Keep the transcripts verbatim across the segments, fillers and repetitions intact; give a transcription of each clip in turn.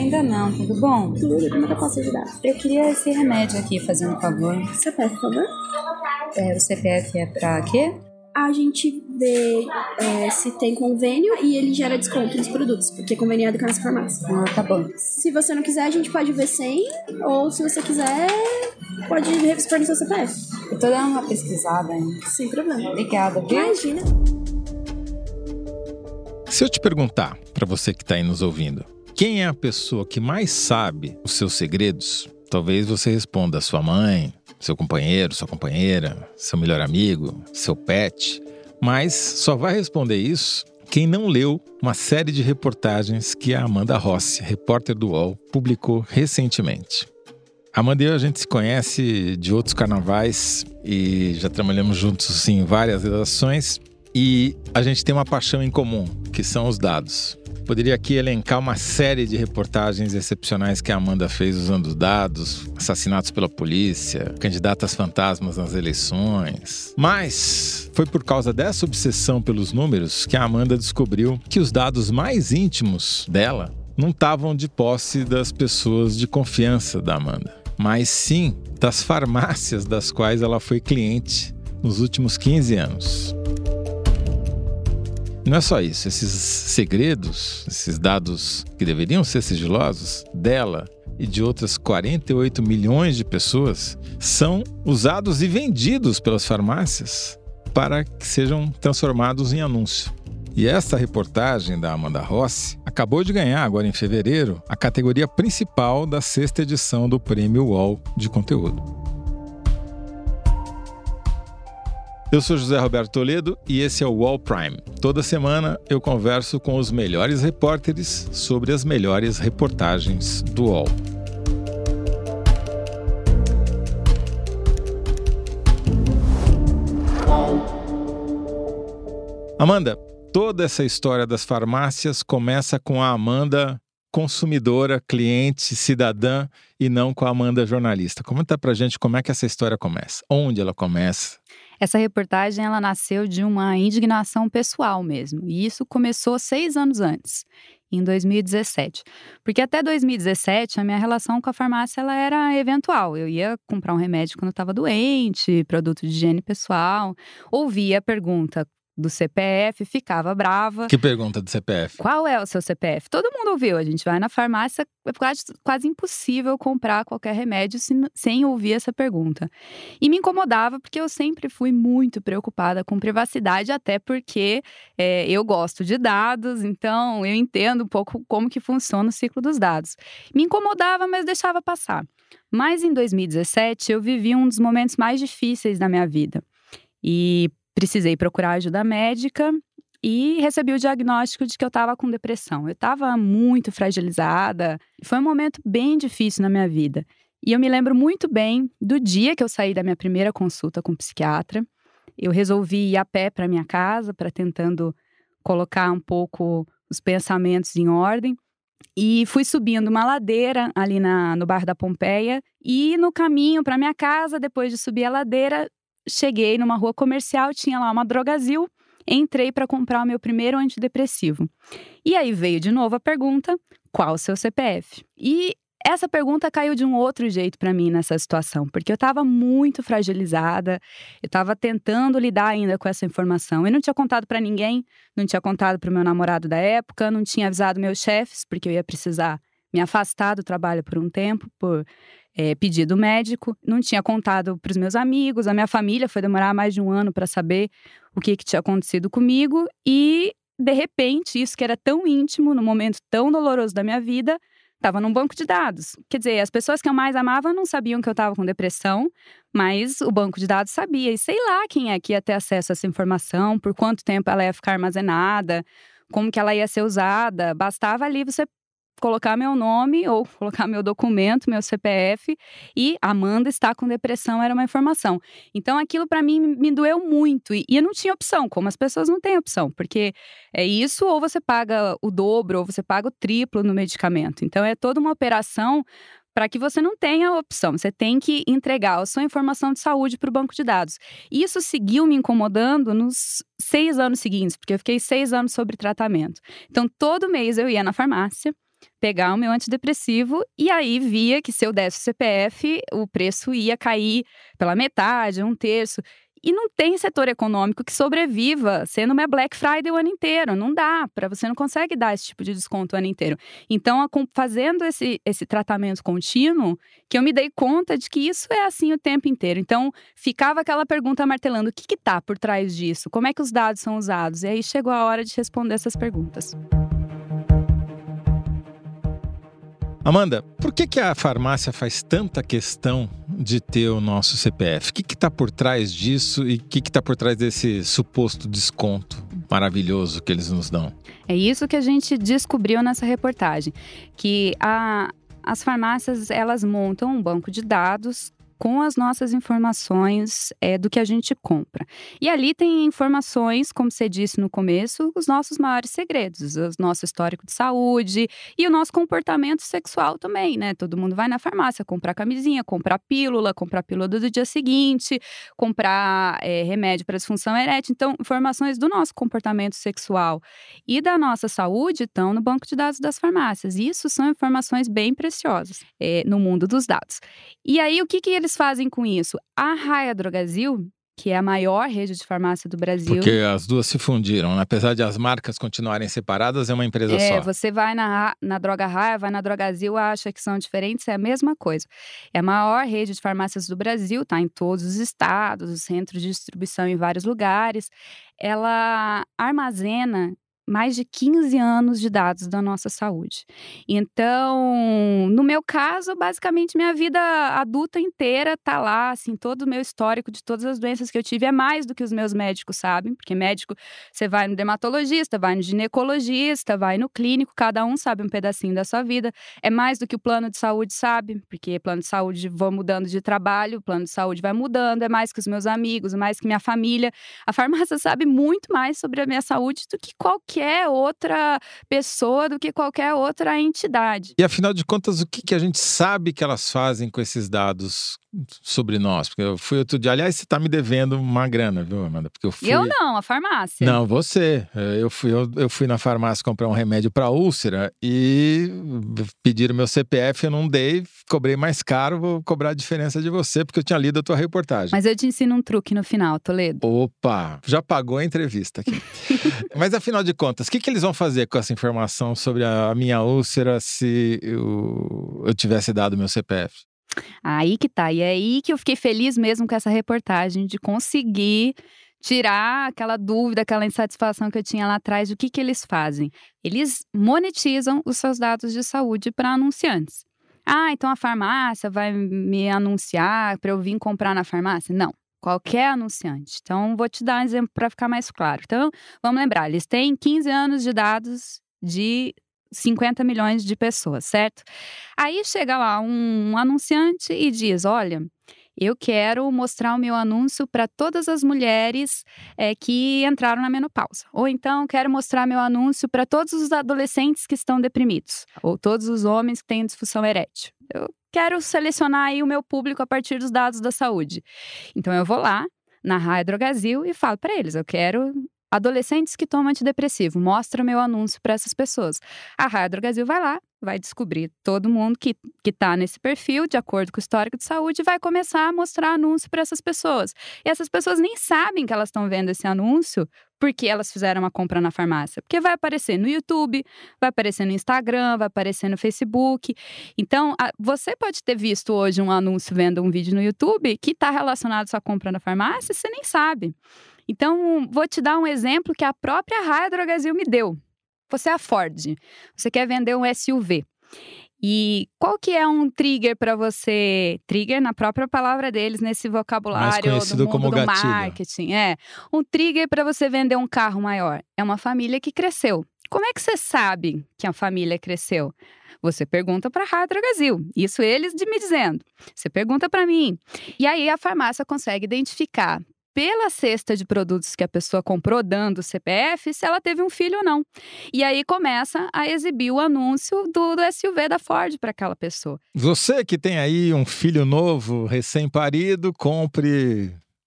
ainda não, tudo bom? Tudo, como é que eu posso ajudar? Eu queria esse remédio aqui, fazendo um favor. C P F, por favor. É, o C P F é pra quê? A gente vê é, se tem convênio e ele gera desconto nos produtos, porque é conveniado com a nossa farmácia. Ah, tá bom. Se você não quiser, a gente pode ver sem, ou se você quiser, pode fornecer o C P F. Eu tô dando uma pesquisada ainda. Sem problema. Obrigada, viu? Imagina. Se eu te perguntar, para você que está aí nos ouvindo, quem é a pessoa que mais sabe os seus segredos? Talvez você responda sua mãe, seu companheiro, sua companheira, seu melhor amigo, seu pet. Mas só vai responder isso quem não leu uma série de reportagens que a Amanda Rossi, repórter do U O L, publicou recentemente. A Amanda e eu, a gente se conhece de outros carnavais e já trabalhamos juntos em várias redações. E a gente tem uma paixão em comum, que são os dados. Poderia aqui elencar uma série de reportagens excepcionais que a Amanda fez usando os dados, assassinatos pela polícia, candidatas fantasmas nas eleições. Mas foi por causa dessa obsessão pelos números que a Amanda descobriu que os dados mais íntimos dela não estavam de posse das pessoas de confiança da Amanda, mas sim das farmácias das quais ela foi cliente nos últimos quinze anos. Não é só isso, esses segredos, esses dados que deveriam ser sigilosos, dela e de outras quarenta e oito milhões de pessoas, são usados e vendidos pelas farmácias para que sejam transformados em anúncio. E essa reportagem da Amanda Rossi acabou de ganhar, agora em fevereiro, a categoria principal da sexta edição do Prêmio U O L de Conteúdo. Eu sou José Roberto Toledo e esse é o U O L Prime. Toda semana eu converso com os melhores repórteres sobre as melhores reportagens do U O L. Amanda, toda essa história das farmácias começa com a Amanda consumidora, cliente, cidadã e não com a Amanda jornalista. Conta pra gente como é que essa história começa, onde ela começa. Essa reportagem ela nasceu de uma indignação pessoal mesmo, e isso começou seis anos antes, em dois mil e dezessete. Porque até dois mil e dezessete, a minha relação com a farmácia ela era eventual. Eu ia comprar um remédio quando eu estava doente, produto de higiene pessoal, ouvia a pergunta do C P F, ficava brava. Que pergunta do C P F? Qual é o seu C P F? Todo mundo ouviu, a gente vai na farmácia, é quase, quase impossível comprar qualquer remédio sem, sem ouvir essa pergunta. E me incomodava porque eu sempre fui muito preocupada com privacidade, até porque é, eu gosto de dados, então eu entendo um pouco como que funciona o ciclo dos dados. Me incomodava, mas deixava passar. Mas em dois mil e dezessete, eu vivi um dos momentos mais difíceis da minha vida. E precisei procurar ajuda médica e recebi o diagnóstico de que eu estava com depressão. Eu estava muito fragilizada. Foi um momento bem difícil na minha vida. E eu me lembro muito bem do dia que eu saí da minha primeira consulta com o psiquiatra. Eu resolvi ir a pé para minha casa, para tentando colocar um pouco os pensamentos em ordem. E fui subindo uma ladeira ali na, no bairro da Pompeia. E no caminho para minha casa, depois de subir a ladeira, cheguei numa rua comercial, tinha lá uma Drogazil, entrei para comprar o meu primeiro antidepressivo. E aí veio de novo a pergunta, qual o seu C P F? E essa pergunta caiu de um outro jeito para mim nessa situação, porque eu estava muito fragilizada, eu estava tentando lidar ainda com essa informação. Eu não tinha contado para ninguém, não tinha contado para o meu namorado da época, não tinha avisado meus chefes, porque eu ia precisar me afastar do trabalho por um tempo, por É, pedido médico, não tinha contado para os meus amigos, a minha família foi demorar mais de um ano para saber o que, que tinha acontecido comigo e, de repente, isso que era tão íntimo, num momento tão doloroso da minha vida, estava num banco de dados. Quer dizer, as pessoas que eu mais amava não sabiam que eu estava com depressão, mas o banco de dados sabia, e sei lá quem é que ia ter acesso a essa informação, por quanto tempo ela ia ficar armazenada, como que ela ia ser usada, bastava ali você colocar meu nome ou colocar meu documento, meu C P F e Amanda está com depressão era uma informação. Então aquilo para mim me doeu muito e, e eu não tinha opção, como as pessoas não têm opção, porque é isso ou você paga o dobro ou você paga o triplo no medicamento. Então é toda uma operação para que você não tenha opção, você tem que entregar a sua informação de saúde para o banco de dados. Isso seguiu me incomodando nos seis anos seguintes, porque eu fiquei seis anos sobre tratamento. Então todo mês eu ia na farmácia, pegar o meu antidepressivo e aí via que se eu desse o C P F, o preço ia cair pela metade, um terço. E não tem setor econômico que sobreviva sendo uma Black Friday o ano inteiro. Não dá, para você não consegue dar esse tipo de desconto o ano inteiro. Então, fazendo esse, esse tratamento contínuo, que eu me dei conta de que isso é assim o tempo inteiro. Então, ficava aquela pergunta martelando, o que está por trás disso? Como é que os dados são usados? E aí chegou a hora de responder essas perguntas. Amanda, por que, que a farmácia faz tanta questão de ter o nosso C P F? O que está por trás disso e o que está por trás desse suposto desconto maravilhoso que eles nos dão? É isso que a gente descobriu nessa reportagem, que a, as farmácias elas montam um banco de dados com as nossas informações é, do que a gente compra. E ali tem informações, como você disse no começo, os nossos maiores segredos, o nosso histórico de saúde e o nosso comportamento sexual também, né? Todo mundo vai na farmácia comprar camisinha, comprar pílula, comprar pílula do dia seguinte, comprar é, remédio para disfunção erétil. Então, informações do nosso comportamento sexual e da nossa saúde estão no banco de dados das farmácias. E isso são informações bem preciosas é, no mundo dos dados. E aí, o que, que eles fazem com isso? A Raia Drogasil, que é a maior rede de farmácia do Brasil. Porque as duas se fundiram, né? Apesar de as marcas continuarem separadas, é uma empresa é, só. Você vai na, na Droga Raia, vai na Drogasil, acha que são diferentes, é a mesma coisa. É a maior rede de farmácias do Brasil, está em todos os estados, os centros de distribuição em vários lugares. Ela armazena mais de quinze anos de dados da nossa saúde. Então, no meu caso, basicamente minha vida adulta inteira tá lá, assim, todo o meu histórico de todas as doenças que eu tive é mais do que os meus médicos sabem, porque médico, você vai no dermatologista, vai no ginecologista, vai no clínico, cada um sabe um pedacinho da sua vida. É mais do que o plano de saúde sabe, porque plano de saúde vai mudando de trabalho, o plano de saúde vai mudando, é mais que os meus amigos, mais que minha família. A farmácia sabe muito mais sobre a minha saúde do que qualquer qualquer outra pessoa, do que qualquer outra entidade. E afinal de contas, o que, que a gente sabe que elas fazem com esses dados sobre nós? Porque eu fui outro dia, aliás, você está me devendo uma grana, viu, Amanda? Porque eu fui... Eu não, a farmácia. Não, você. Eu fui, eu, eu fui na farmácia comprar um remédio para úlcera e pediram meu C P F, eu não dei, cobrei mais caro, vou cobrar a diferença de você, porque eu tinha lido a tua reportagem. Mas eu te ensino um truque no final, Toledo. Opa, já pagou a entrevista aqui. Mas afinal de contas, o que, que eles vão fazer com essa informação sobre a minha úlcera se eu, eu tivesse dado meu C P F? Aí que tá, e é aí que eu fiquei feliz mesmo com essa reportagem, de conseguir tirar aquela dúvida, aquela insatisfação que eu tinha lá atrás. O que que eles fazem? Eles monetizam os seus dados de saúde para anunciantes. Ah, então a farmácia vai me anunciar para eu vir comprar na farmácia? Não. Qualquer anunciante. Então, vou te dar um exemplo para ficar mais claro. Então, vamos lembrar, eles têm quinze anos de dados de cinquenta milhões de pessoas, certo? Aí chega lá um, um anunciante e diz, olha, eu quero mostrar o meu anúncio para todas as mulheres é, que entraram na menopausa. Ou então, quero mostrar meu anúncio para todos os adolescentes que estão deprimidos. Ou todos os homens que têm disfunção erétil. Eu quero selecionar aí o meu público a partir dos dados da saúde. Então, eu vou lá na Raia Drogasil e falo para eles, eu quero adolescentes que tomam antidepressivo, mostra o meu anúncio para essas pessoas. A Raia Drogasil vai lá, vai descobrir todo mundo que que está nesse perfil, de acordo com o histórico de saúde, e vai começar a mostrar anúncio para essas pessoas. E essas pessoas nem sabem que elas estão vendo esse anúncio porque elas fizeram uma compra na farmácia. Porque vai aparecer no YouTube, vai aparecer no Instagram, vai aparecer no Facebook. Então, a, você pode ter visto hoje um anúncio vendo um vídeo no YouTube que está relacionado à sua compra na farmácia e você nem sabe. Então, vou te dar um exemplo que a própria Raia Drogasil me deu. Você é a Ford, você quer vender um S U V. E qual que é um trigger para você? Trigger na própria palavra deles, nesse vocabulário mais conhecido do mundo como do gatilho. Marketing. É. Um trigger para você vender um carro maior. É uma família que cresceu. Como é que você sabe que a família cresceu? Você pergunta para a Raia Drogasil. Isso eles de me dizendo. Você pergunta para mim. E aí a farmácia consegue identificar pela cesta de produtos que a pessoa comprou, dando o C P F, se ela teve um filho ou não. E aí começa a exibir o anúncio do, do S U V da Ford para aquela pessoa. Você que tem aí um filho novo, recém-parido, compre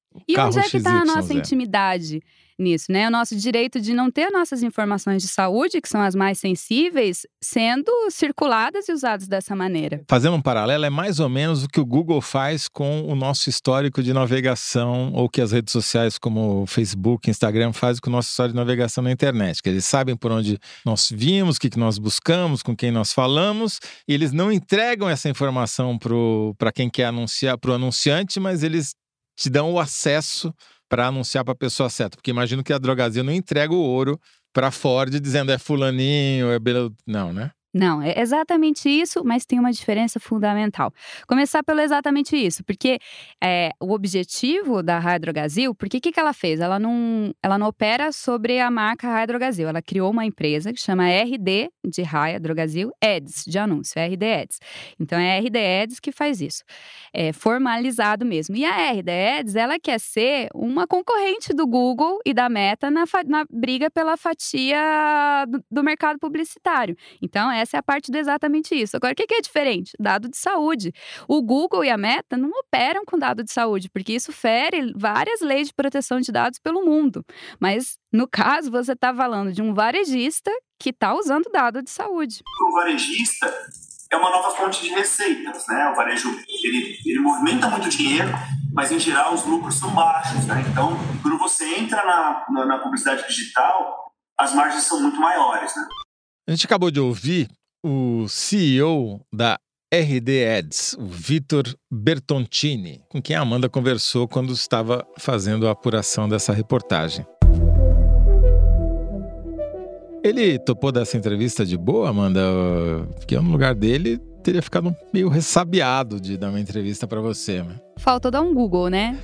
E carro onde é que está a X Y Z. nossa intimidade nisso, né? O nosso direito de não ter nossas informações de saúde, que são as mais sensíveis, sendo circuladas e usadas dessa maneira. Fazendo um paralelo, é mais ou menos o que o Google faz com o nosso histórico de navegação, ou que as redes sociais como o Facebook, Instagram fazem com o nosso histórico de navegação na internet. Que eles sabem por onde nós vimos, o que nós buscamos, com quem nós falamos, e eles não entregam essa informação para quem quer anunciar, para o anunciante, mas eles te dão o acesso para anunciar para a pessoa certa. Porque imagino que a Drogasil não entrega o ouro para a Ford dizendo é fulaninho, é belo... Não, né? Não, é exatamente isso, mas tem uma diferença fundamental. Começar pelo exatamente isso, porque é, o objetivo da Raia Drogasil, porque o que, que ela fez? Ela não, ela não opera sobre a marca Raia Drogasil, ela criou uma empresa que chama R D, de Raia Drogasil, Ads, de anúncio, R D Ads. Então é a R D Ads que faz isso, é formalizado mesmo. E a R D Ads, ela quer ser uma concorrente do Google e da Meta na, na briga pela fatia do, do mercado publicitário. Então, essa é a parte do exatamente isso. Agora, o que é diferente? Dado de saúde. O Google e a Meta não operam com dado de saúde, porque isso fere várias leis de proteção de dados pelo mundo. Mas, no caso, você está falando de um varejista que está usando dado de saúde. O varejista é uma nova fonte de receitas, né? O varejo, ele, ele movimenta muito dinheiro, mas, em geral, os lucros são baixos, né? Então, quando você entra na, na, na publicidade digital, as margens são muito maiores, né? A gente acabou de ouvir o C E O da R D Ads, o Vitor Bertoncini, com quem a Amanda conversou quando estava fazendo a apuração dessa reportagem. Ele topou dessa entrevista de boa, Amanda? Porque eu, no lugar dele, teria ficado meio ressabiado de dar uma entrevista para você, né? Faltou dar um Google, né?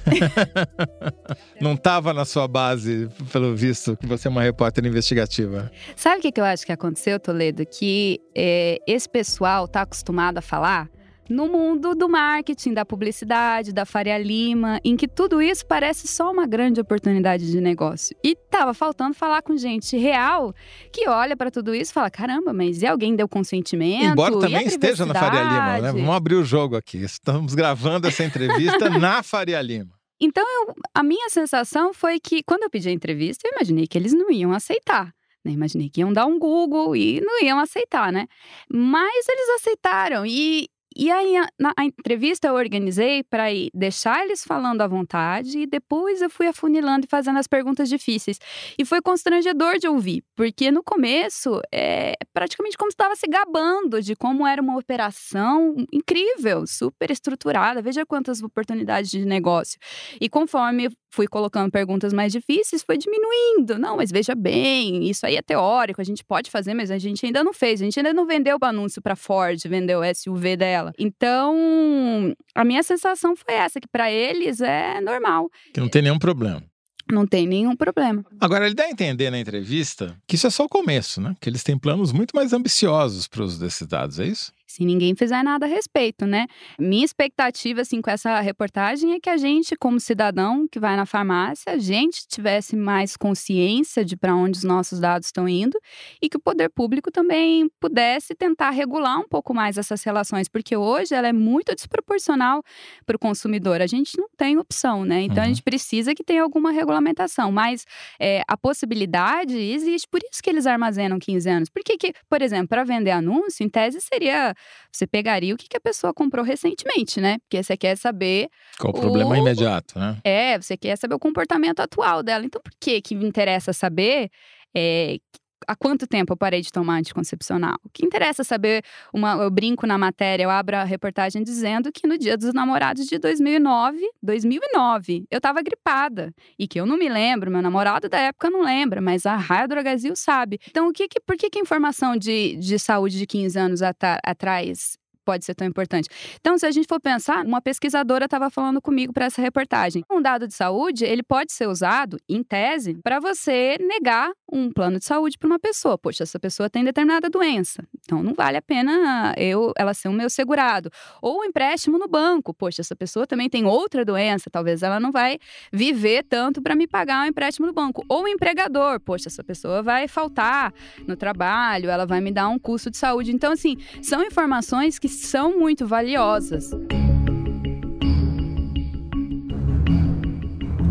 Não estava na sua base, pelo visto, que você é uma repórter investigativa. Sabe o que, que eu acho que aconteceu, Toledo? Que é, esse pessoal está acostumado a falar no mundo do marketing, da publicidade, da Faria Lima, em que tudo isso parece só uma grande oportunidade de negócio. E tava faltando falar com gente real que olha para tudo isso e fala, caramba, mas e alguém deu consentimento? Embora também esteja na Faria Lima, né? Vamos abrir o jogo aqui. Estamos gravando essa entrevista na Faria Lima. Então, eu, a minha sensação foi que, quando eu pedi a entrevista, eu imaginei que eles não iam aceitar. Né? Imaginei que iam dar um Google e não iam aceitar, né? Mas eles aceitaram e E aí, na a entrevista eu organizei para deixar eles falando à vontade e depois eu fui afunilando e fazendo as perguntas difíceis. E foi constrangedor de ouvir, porque no começo é praticamente como se estava se gabando de como era uma operação incrível, super estruturada. Veja quantas oportunidades de negócio. E conforme fui colocando perguntas mais difíceis, foi diminuindo. Não, mas veja bem, isso aí é teórico, a gente pode fazer, mas a gente ainda não fez. A gente ainda não vendeu o anúncio para Ford, vendeu o S U V dela. Então, a minha sensação foi essa, que para eles é normal. Que não tem nenhum problema. Não tem nenhum problema. Agora, ele dá a entender na entrevista que isso é só o começo, né? Que eles têm planos muito mais ambiciosos para o uso desses dados, é isso? Se ninguém fizer nada a respeito, né? Minha expectativa, assim, com essa reportagem é que a gente, como cidadão que vai na farmácia, a gente tivesse mais consciência de para onde os nossos dados estão indo e que o poder público também pudesse tentar regular um pouco mais essas relações, porque hoje ela é muito desproporcional para o consumidor. A gente não tem opção, né? Então, uhum. a gente precisa que tenha alguma regulamentação, mas é, a possibilidade existe, por isso que eles armazenam quinze anos. Porque, que, por exemplo, para vender anúncio, em tese seria... Você pegaria o que, que a pessoa comprou recentemente, né? Porque você quer saber... Qual o problema imediato, né? É, você quer saber o comportamento atual dela. Então, por que que me interessa saber é, há quanto tempo eu parei de tomar anticoncepcional? O que interessa saber... Uma, eu brinco na matéria, eu abro a reportagem dizendo que no Dia dos Namorados de dois mil e nove, dois mil e nove, eu tava gripada. E que eu não me lembro, meu namorado da época não lembra, mas a Raia Drogasil sabe. Então, o que que, por que que a informação de, de saúde de quinze anos at- atrás... pode ser tão importante. Então, se a gente for pensar, uma pesquisadora estava falando comigo para essa reportagem. Um dado de saúde, ele pode ser usado, em tese, para você negar um plano de saúde para uma pessoa. Poxa, essa pessoa tem determinada doença, então não vale a pena eu, ela ser o meu segurado. Ou um empréstimo no banco. Poxa, essa pessoa também tem outra doença, talvez ela não vai viver tanto para me pagar um empréstimo no banco. Ou um empregador. Poxa, essa pessoa vai faltar no trabalho, ela vai me dar um custo de saúde. Então, assim, são informações que são muito valiosas.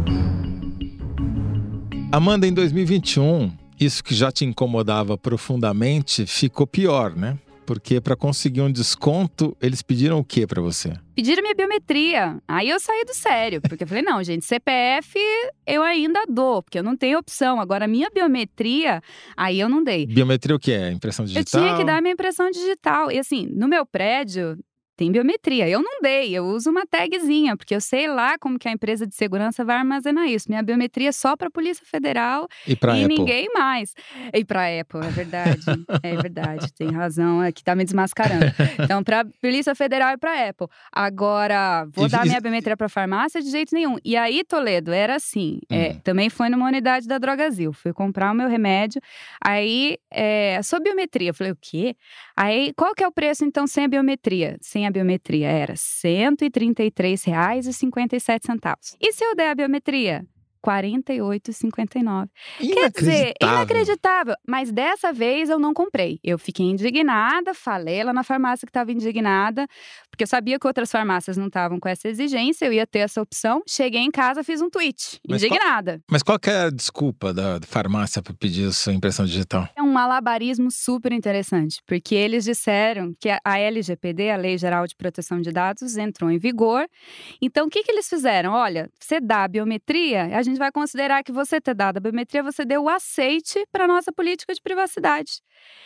Amanda, em dois mil e vinte e um, isso que já te incomodava profundamente ficou pior, né? Porque para conseguir um desconto, eles pediram o quê para você? Pediram minha biometria. Aí eu saí do sério, porque eu falei, não, gente, C P F eu ainda dou, porque eu não tenho opção. Agora, minha biometria, aí eu não dei. Biometria o que é? Impressão digital? Eu tinha que dar minha impressão digital. E assim, no meu prédio tem biometria. Eu não dei, eu uso uma tagzinha, porque eu sei lá como que a empresa de segurança vai armazenar isso. Minha biometria é só para a Polícia Federal e, pra e Apple. ninguém mais. E para a Apple, é verdade. É verdade, tem razão, é que tá me desmascarando. Então, para a Polícia Federal e para a Apple. Agora, vou E- dar e- minha biometria para farmácia de jeito nenhum. E aí, Toledo, era assim, é, Hum. também foi numa unidade da Drogazil. Fui comprar o meu remédio, aí, é, sua biometria. Eu falei, o quê? Aí, qual que é o preço, então, sem a biometria? Sem a biometria era cento e trinta e três reais e cinquenta e sete centavos. E se eu der a biometria? quarenta e oito reais e cinquenta e nove centavos. Quer dizer, Inacreditável. inacreditável. Mas dessa vez eu não comprei. Eu fiquei indignada, falei lá na farmácia que estava indignada, porque eu sabia que outras farmácias não estavam com essa exigência, eu ia ter essa opção. Cheguei em casa, fiz um tweet, Mas indignada. Mas qual que é a desculpa da farmácia para pedir a sua impressão digital? É um malabarismo super interessante, porque eles disseram que a L G P D, a Lei Geral de Proteção de Dados, entrou em vigor. Então, o que, que eles fizeram? Olha, você dá a biometria, a gente vai considerar que você ter dado a biometria, você deu o aceite para a nossa política de privacidade.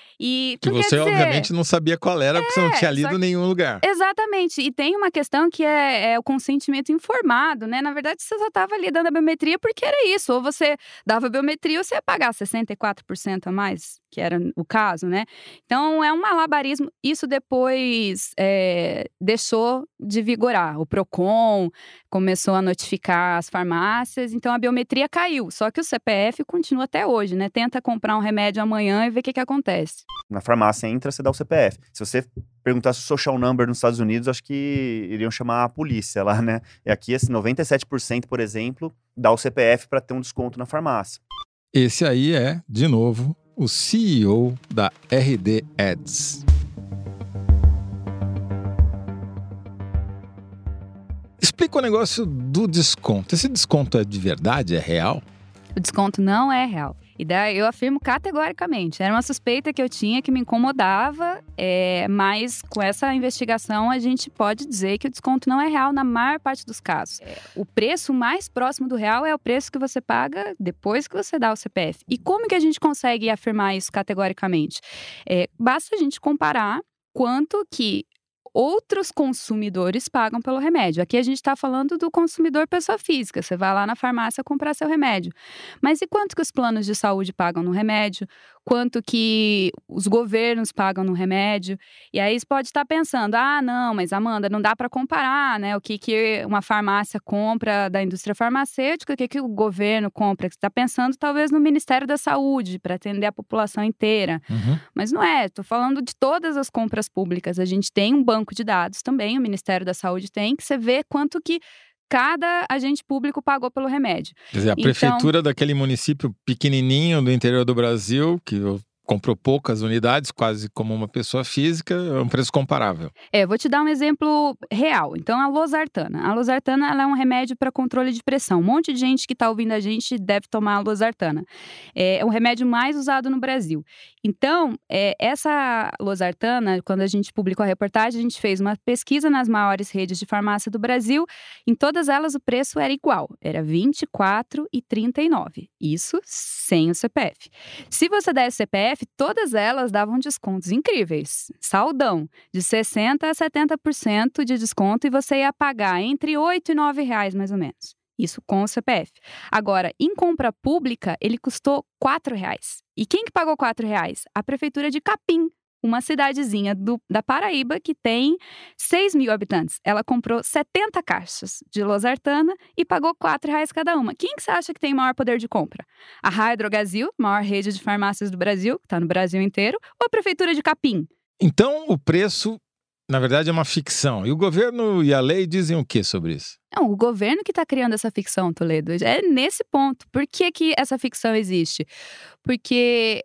E, Que não quer você, dizer- obviamente, não sabia qual era, porque você não tinha só lido que- em nenhum lugar. Exatamente. E tem uma questão que é, é o consentimento informado, né? Na verdade, você só estava ali dando a biometria porque era isso. Ou você dava a biometria ou você ia pagar sessenta e quatro por cento a mais, que era o caso, né? Então, é um malabarismo. Isso depois é, deixou de vigorar. O Procon começou a notificar as farmácias, então a biometria caiu. Só que o C P F continua até hoje, né? Tenta comprar um remédio amanhã e ver o que, que acontece. Na farmácia entra, você dá o C P F. Se você perguntasse o social number nos Estados Unidos, acho que iriam chamar a polícia lá, né? E aqui, assim, noventa e sete por cento, por exemplo, dá o C P F para ter um desconto na farmácia. Esse aí é, de novo, o C E O da R D Ads. Explica o negócio do desconto. Esse desconto é de verdade? É real? O desconto não é real. E daí eu afirmo categoricamente. Era uma suspeita que eu tinha que me incomodava, é, mas com essa investigação a gente pode dizer que o desconto não é real na maior parte dos casos. É, o preço mais próximo do real é o preço que você paga depois que você dá o C P F. E como que a gente consegue afirmar isso categoricamente? É, basta a gente comparar quanto que outros consumidores pagam pelo remédio. Aqui a gente está falando do consumidor pessoa física. Você vai lá na farmácia comprar seu remédio. Mas e quanto que os planos de saúde pagam no remédio? Quanto que os governos pagam no remédio? E aí você pode estar pensando, ah, não, mas Amanda, não dá para comparar, né? O que, que uma farmácia compra da indústria farmacêutica, o que, que o governo compra. Você está pensando talvez no Ministério da Saúde, para atender a população inteira. Uhum. Mas não é, estou falando de todas as compras públicas. A gente tem um banco de dados também, o Ministério da Saúde tem, que você vê quanto que cada agente público pagou pelo remédio. Quer dizer, a Então- prefeitura daquele município pequenininho do interior do Brasil, que comprou poucas unidades, quase como uma pessoa física, é um preço comparável. É, eu vou te dar um exemplo real. Então, a losartana. A losartana ela é um remédio para controle de pressão. Um monte de gente que está ouvindo a gente deve tomar a losartana. É o remédio mais usado no Brasil. Então, é, essa losartana, quando a gente publicou a reportagem, a gente fez uma pesquisa nas maiores redes de farmácia do Brasil. Em todas elas, o preço era igual. Era vinte e quatro reais e trinta e nove centavos. Isso sem o C P F. Se você der o C P F, todas elas davam descontos incríveis. Saldão, de sessenta por cento a setenta por cento de desconto e você ia pagar entre oito e nove reais, mais ou menos. Isso com o C P F. Agora, em compra pública, ele custou quatro reais. E quem que pagou quatro reais? A Prefeitura de Capim, uma cidadezinha do, da Paraíba que tem seis mil habitantes. Ela comprou setenta caixas de losartana e pagou quatro reais cada uma. Quem que você acha que tem maior poder de compra? A Raia Drogasil, maior rede de farmácias do Brasil, que está no Brasil inteiro, ou a Prefeitura de Capim? Então, o preço, na verdade, é uma ficção. E o governo e a lei dizem o que sobre isso? Não, o governo que está criando essa ficção, Toledo. É nesse ponto. Por que que essa ficção existe? Porque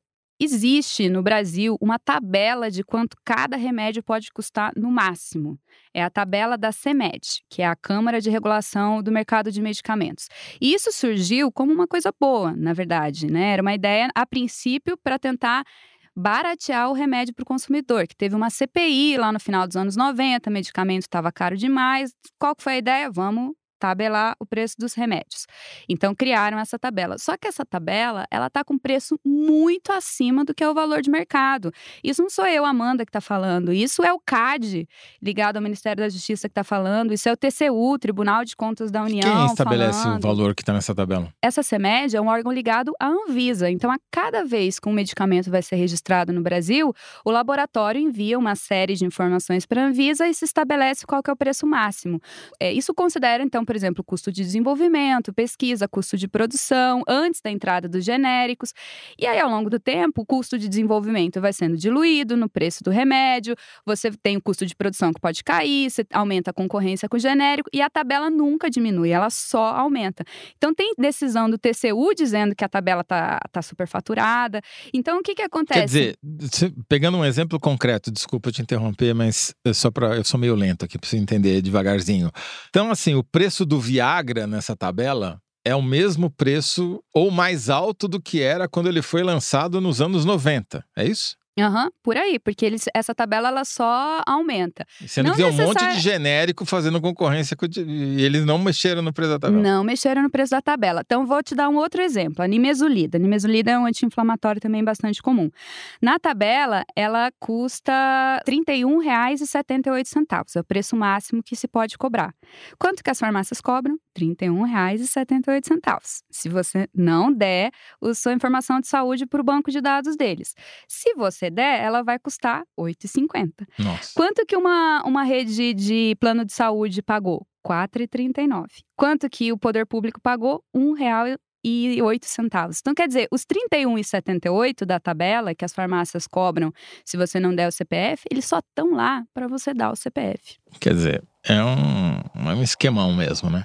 existe no Brasil uma tabela de quanto cada remédio pode custar no máximo. É a tabela da CEMED, que é a Câmara de Regulação do Mercado de Medicamentos. E isso surgiu como uma coisa boa, na verdade, né? Era uma ideia, a princípio, para tentar baratear o remédio para o consumidor, que teve uma C P I lá no final dos anos noventa, medicamento estava caro demais. Qual que foi a ideia? Vamos tabelar o preço dos remédios. Então, criaram essa tabela. Só que essa tabela, ela está com preço muito acima do que é o valor de mercado. Isso não sou eu, Amanda, que está falando. Isso é o C A D, ligado ao Ministério da Justiça, que está falando. Isso é o T C U, Tribunal de Contas da União, Quem estabelece falando. o valor que está nessa tabela? Essa CEMED é um órgão ligado à Anvisa. Então, a cada vez que um medicamento vai ser registrado no Brasil, o laboratório envia uma série de informações para a Anvisa e se estabelece qual que é o preço máximo. É, isso considera, então, por exemplo, custo de desenvolvimento, pesquisa, custo de produção, antes da entrada dos genéricos. E aí, ao longo do tempo, o custo de desenvolvimento vai sendo diluído no preço do remédio, você tem o custo de produção que pode cair, você aumenta a concorrência com o genérico e a tabela nunca diminui, ela só aumenta. Então, tem decisão do T C U dizendo que a tabela está tá superfaturada. Então, o que que acontece? Quer dizer, pegando um exemplo concreto, desculpa te interromper, mas só para eu sou meio lento aqui, para você entender devagarzinho. Então, assim, o preço do Viagra nessa tabela é o mesmo preço ou mais alto do que era quando ele foi lançado nos anos noventa, é isso? Aham, uhum, por aí, porque eles, essa tabela ela só aumenta. Sendo não que tem um monte necessari... de genérico fazendo concorrência com... e eles não mexeram no preço da tabela. Não mexeram no preço da tabela. Então, vou te dar um outro exemplo. A nimesulida. A nimesulida é um anti-inflamatório também bastante comum. Na tabela, ela custa trinta e um reais e setenta e oito centavos. É o preço máximo que se pode cobrar. Quanto que as farmácias cobram? trinta e um reais e setenta e oito centavos. Se você não der a sua informação de saúde para o banco de dados deles. Se você der, ela vai custar oito reais e cinquenta centavos. Nossa. Quanto que uma, uma rede de plano de saúde pagou? quatro reais e trinta e nove centavos. Quanto que o poder público pagou? um real e oito centavos. Então, quer dizer, os trinta e um reais e setenta e oito centavos da tabela que as farmácias cobram se você não der o C P F, eles só estão lá para você dar o C P F. Quer dizer, é um, é um esquemão mesmo, né?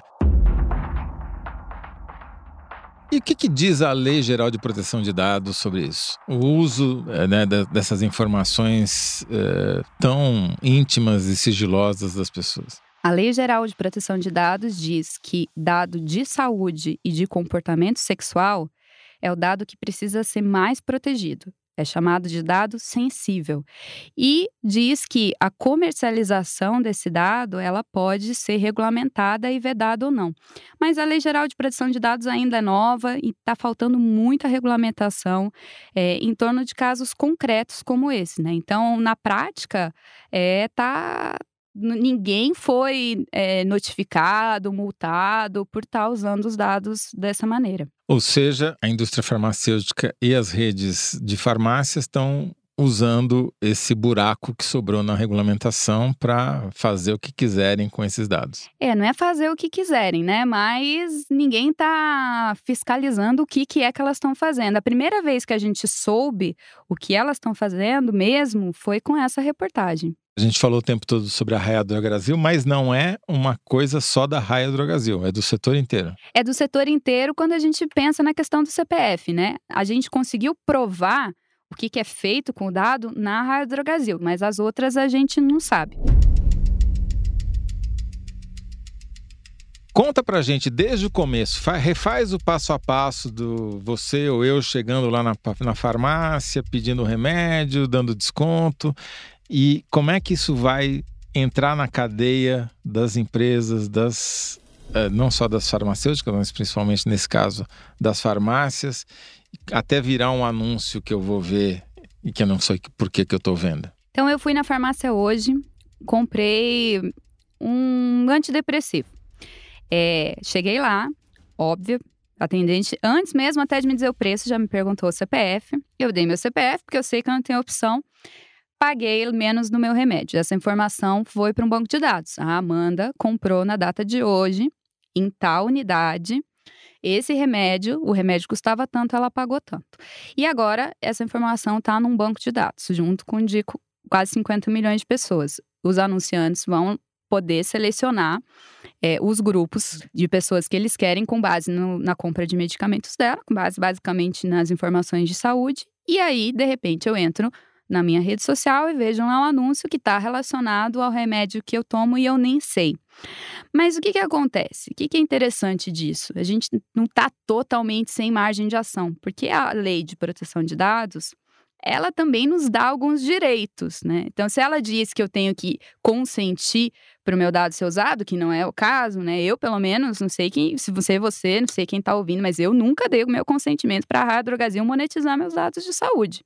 E o que, que diz a Lei Geral de Proteção de Dados sobre isso? O uso né, dessas informações é, tão íntimas e sigilosas das pessoas. A Lei Geral de Proteção de Dados diz que dado de saúde e de comportamento sexual é o dado que precisa ser mais protegido. É chamado de dado sensível. E diz que a comercialização desse dado, ela pode ser regulamentada e vedada ou não. Mas a Lei Geral de Proteção de Dados ainda é nova e está faltando muita regulamentação é, em torno de casos concretos como esse, né? Então, na prática, é, tá... ninguém foi é, notificado, multado por estar usando os dados dessa maneira. Ou seja, a indústria farmacêutica e as redes de farmácias estão usando esse buraco que sobrou na regulamentação para fazer o que quiserem com esses dados. É, não é fazer o que quiserem, né? Mas ninguém está fiscalizando o que, que é que elas estão fazendo. A primeira vez que a gente soube o que elas estão fazendo mesmo foi com essa reportagem. A gente falou o tempo todo sobre a Raia Drogasil, mas não é uma coisa só da Raia Drogasil, é do setor inteiro. É do setor inteiro quando a gente pensa na questão do C P F, né? A gente conseguiu provar o que, que é feito com o dado na Raia Drogasil, mas as outras a gente não sabe. Conta pra gente desde o começo, fa- refaz o passo a passo do você ou eu chegando lá na, na farmácia, pedindo remédio, dando desconto. E como é que isso vai entrar na cadeia das empresas, das, eh, não só das farmacêuticas, mas principalmente nesse caso das farmácias, até virar um anúncio que eu vou ver e que eu não sei por que que eu estou vendo? Então eu fui na farmácia hoje, comprei um antidepressivo. É, cheguei lá, óbvio, atendente, antes mesmo até de me dizer o preço, já me perguntou o C P F. Eu dei meu C P F, porque eu sei que eu não tenho opção. Paguei menos no meu remédio. Essa informação foi para um banco de dados. A Amanda comprou na data de hoje, em tal unidade, esse remédio, o remédio custava tanto, ela pagou tanto. E agora, essa informação está num banco de dados, junto com de quase cinquenta milhões de pessoas. Os anunciantes vão poder selecionar é, os grupos de pessoas que eles querem com base no, na compra de medicamentos dela, com base basicamente nas informações de saúde, E aí, de repente, eu entro na minha rede social e vejo lá um anúncio que está relacionado ao remédio que eu tomo e eu nem sei. Mas o que que acontece? O que que é interessante disso? A gente não está totalmente sem margem de ação, porque a lei de proteção de dados, ela também nos dá alguns direitos, né? Então, se ela diz que eu tenho que consentir para o meu dado ser usado, que não é o caso, né? Eu, pelo menos, não sei quem, se você é você, não sei quem está ouvindo, mas eu nunca dei o meu consentimento para a Raia Drogasil monetizar meus dados de saúde.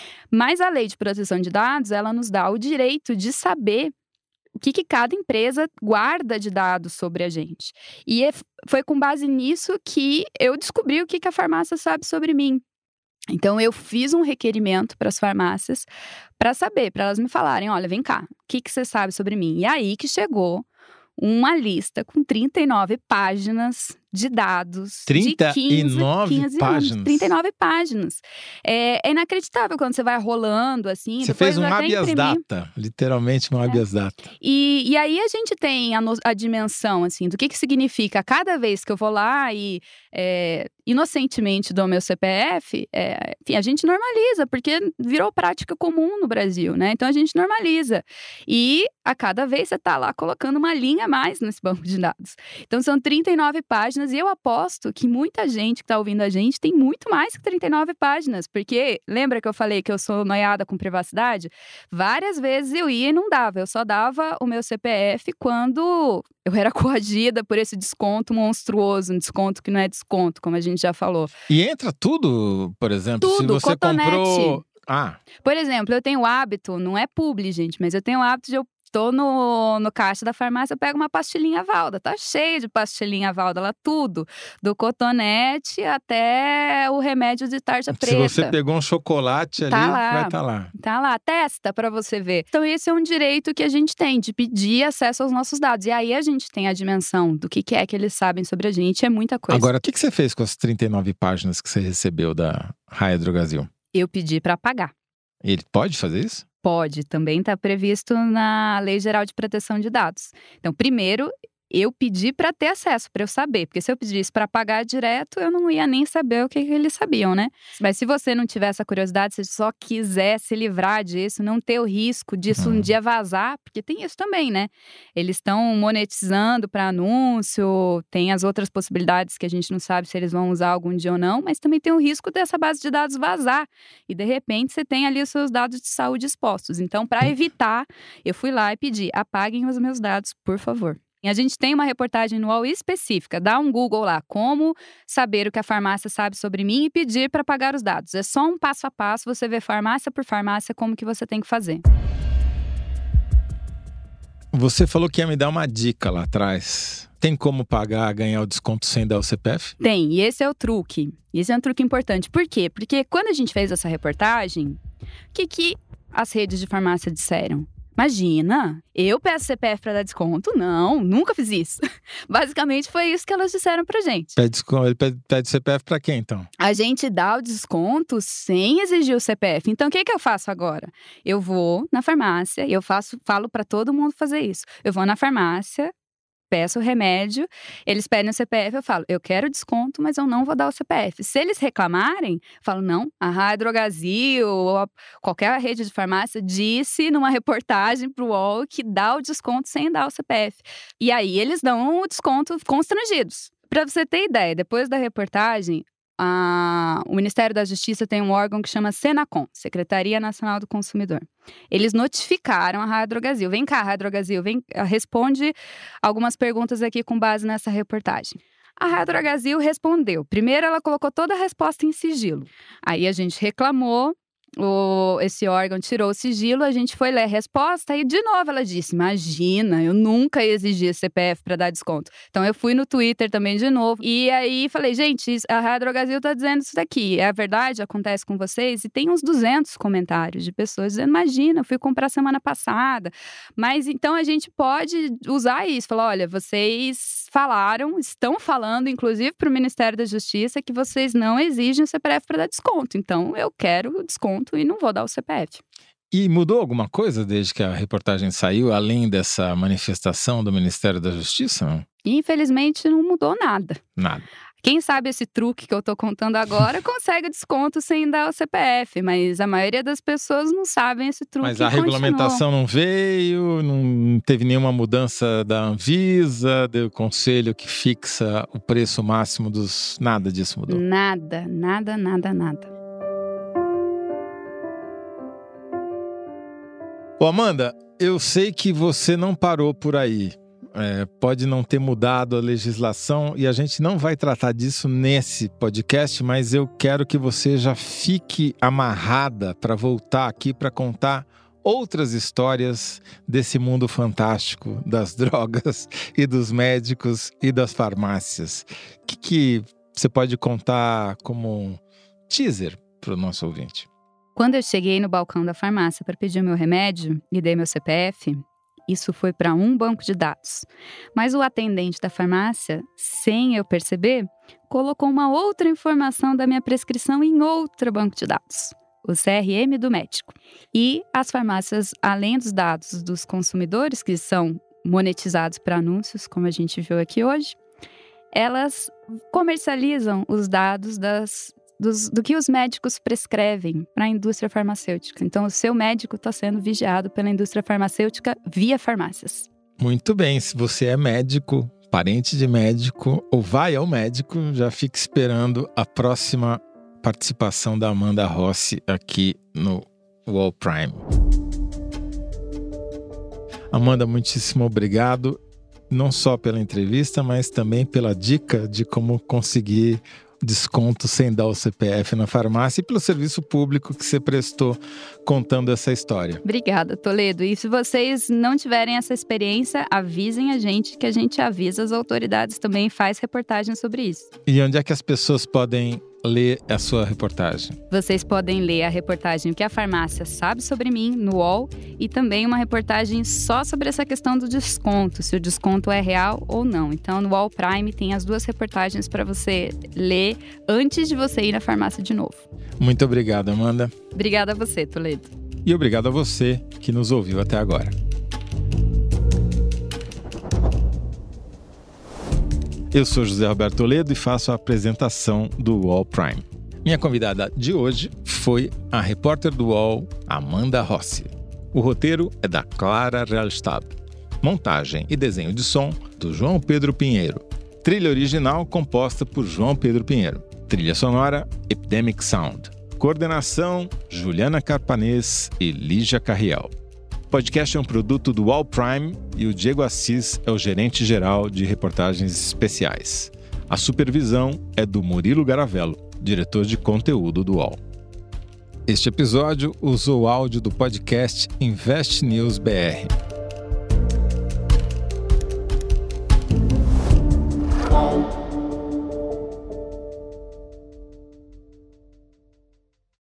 Mas a lei de proteção de dados, ela nos dá o direito de saber o que, que cada empresa guarda de dados sobre a gente. E é, foi com base nisso que eu descobri o que, que a farmácia sabe sobre mim. Então, eu fiz um requerimento para as farmácias para saber, para elas me falarem, olha, vem cá, o que, que você sabe sobre mim? E aí que chegou uma lista com trinta e nove páginas de dados. trinta e nove de quinze, quinze páginas? Anos, trinta e nove páginas. É, é inacreditável quando você vai rolando assim. Você depois fez um eu até habeas imprimi. data, literalmente um habeas data. E, e aí a gente tem a, no, a dimensão, assim, do que que significa cada vez que eu vou lá e é, inocentemente dou meu C P F, é, enfim, a gente normaliza, porque virou prática comum no Brasil, né? Então a gente normaliza. E a cada vez você tá lá colocando uma linha a mais nesse banco de dados. Então são trinta e nove páginas e eu aposto que muita gente que tá ouvindo a gente tem muito mais que trinta e nove páginas, porque lembra que eu falei que eu sou noiada com privacidade? Várias vezes eu ia e não dava, eu só dava o meu C P F quando eu era coagida por esse desconto monstruoso, um desconto que não é desconto, como a gente já falou. E entra tudo, por exemplo, Tudo, se você cotonete. comprou... Ah, Por exemplo, eu tenho o hábito, não é publi, gente, mas eu tenho o hábito de eu tô no, no caixa da farmácia, eu pego uma pastilhinha Valda, tá cheio de pastilhinha Valda lá, tudo, do cotonete até o remédio de tarja se preta. você pegou um chocolate ali, Tá lá. vai estar lá. Tá lá, testa pra você ver. Então esse é um direito que a gente tem, de pedir acesso aos nossos dados. E aí a gente tem a dimensão do que, que é que eles sabem sobre a gente, é muita coisa. Agora, o que, que você fez com as trinta e nove páginas que você recebeu da Raia Drogasil? Eu pedi pra pagar. Ele pode fazer isso? Pode, também está previsto na Lei Geral de Proteção de Dados. Então, primeiro, eu pedi para ter acesso, para eu saber. Porque se eu pedisse para pagar direto, eu não ia nem saber o que, que eles sabiam, né? Mas se você não tiver essa curiosidade, se só quiser se livrar disso, não ter o risco disso Uhum. um dia vazar, porque tem isso também, né? Eles estão monetizando para anúncio, tem as outras possibilidades que a gente não sabe se eles vão usar algum dia ou não, mas também tem o risco dessa base de dados vazar. E, de repente, você tem ali os seus dados de saúde expostos. Então, para evitar, eu fui lá e pedi, apaguem os meus dados, por favor. E a gente tem uma reportagem no U O L específica, dá um Google lá, como saber o que a farmácia sabe sobre mim e pedir para pagar os dados. É só um passo a passo, você vê farmácia por farmácia como que você tem que fazer. Você falou que ia me dar uma dica lá atrás. Tem como pagar, ganhar o desconto sem dar o C P F? Tem, e esse é o truque. Esse é um truque importante. Por quê? Porque quando a gente fez essa reportagem, o que, que as redes de farmácia disseram? Imagina, eu peço C P F para dar desconto? Não, nunca fiz isso. Basicamente foi isso que elas disseram pra gente. Pede, desconto- ele pede, pede C P F pra quem, então? A gente dá o desconto sem exigir o C P F. Então, o que, que eu faço agora? Eu vou na farmácia e eu faço, falo para todo mundo fazer isso. Eu vou na farmácia, peço o remédio, eles pedem o C P F, eu falo, eu quero desconto, mas eu não vou dar o C P F. Se eles reclamarem, eu falo, não, a Raia Drogasil ou a- qualquer rede de farmácia disse numa reportagem pro U O L que dá o desconto sem dar o C P F. E aí eles dão o desconto constrangidos. Para você ter ideia, depois da reportagem, a- o Ministério da Justiça tem um órgão que chama Senacom, Secretaria Nacional do Consumidor. Eles notificaram a Raia Drogasil. Vem cá, Raia Drogasil, vem, responde algumas perguntas aqui com base nessa reportagem. A Raia Drogasil respondeu. Primeiro, ela colocou toda a resposta em sigilo. Aí a gente reclamou, o, esse órgão tirou o sigilo, a gente foi ler a resposta e de novo ela disse, imagina, eu nunca exigi C P F para dar desconto. Então eu fui no Twitter também de novo e aí falei, gente, isso- a Raia Drogasil tá dizendo isso daqui, é verdade? Acontece com vocês? E tem uns duzentos comentários de pessoas dizendo, imagina, eu fui comprar semana passada. Mas então a gente pode usar isso, falar, olha, vocês falaram, estão falando, inclusive para o Ministério da Justiça, que vocês não exigem o C P F para dar desconto. Então eu quero o desconto e não vou dar o C P F. E mudou alguma coisa desde que a reportagem saiu, além dessa manifestação do Ministério da Justiça? Não? E, infelizmente, não mudou nada. Nada. Quem sabe esse truque que eu tô contando agora consegue desconto sem dar o C P F, mas a maioria das pessoas não sabem esse truque. Mas a regulamentação não veio, não teve nenhuma mudança da Anvisa, do conselho que fixa o preço máximo dos... Nada disso mudou. Nada, nada, nada, nada. Ô Amanda, eu sei que você não parou por aí. É, pode não ter mudado a legislação e a gente não vai tratar disso nesse podcast, mas eu quero que você já fique amarrada para voltar aqui para contar outras histórias desse mundo fantástico das drogas e dos médicos e das farmácias. O que, que você pode contar como um teaser para o nosso ouvinte? Quando eu cheguei no balcão da farmácia para pedir o meu remédio e dei meu C P F, isso foi para um banco de dados. Mas o atendente da farmácia, sem eu perceber, colocou uma outra informação da minha prescrição em outro banco de dados, o C R M do médico. E as farmácias, além dos dados dos consumidores, que são monetizados para anúncios, como a gente viu aqui hoje, elas comercializam os dados das, dos, do que os médicos prescrevem para a indústria farmacêutica. Então, o seu médico está sendo vigiado pela indústria farmacêutica via farmácias. Muito bem, se você é médico, parente de médico ou vai ao médico, já fique esperando a próxima participação da Amanda Rossi aqui no Wall Prime. Amanda, muitíssimo obrigado, não só pela entrevista, mas também pela dica de como conseguir desconto sem dar o C P F na farmácia e pelo serviço público que você prestou contando essa história. Obrigada, Toledo. E se vocês não tiverem essa experiência, avisem a gente, que a gente avisa as autoridades também e faz reportagem sobre isso. E onde é que as pessoas podem ler a sua reportagem? Vocês podem ler a reportagem O que a Farmácia Sabe Sobre Mim, no U O L, e também uma reportagem só sobre essa questão do desconto, se o desconto é real ou não. Então, no Wall Prime tem as duas reportagens para você ler antes de você ir na farmácia de novo. Muito obrigado, Amanda. Obrigada a você, Toledo. E obrigado a você que nos ouviu até agora. Eu sou José Roberto Toledo e faço a apresentação do U O L Prime. Minha convidada de hoje foi a repórter do U O L, Amanda Rossi. O roteiro é da Clara Rehlstab. Montagem e desenho de som do João Pedro Pinheiro. Trilha original composta por João Pedro Pinheiro. Trilha sonora Epidemic Sound. Coordenação Juliana Carpanês e Lígia Carriel. O podcast é um produto do U O L Prime e o Diego Assis é o gerente-geral de reportagens especiais. A supervisão é do Murilo Garavello, diretor de conteúdo do U O L. Este episódio usou o áudio do podcast Invest News B R. U O L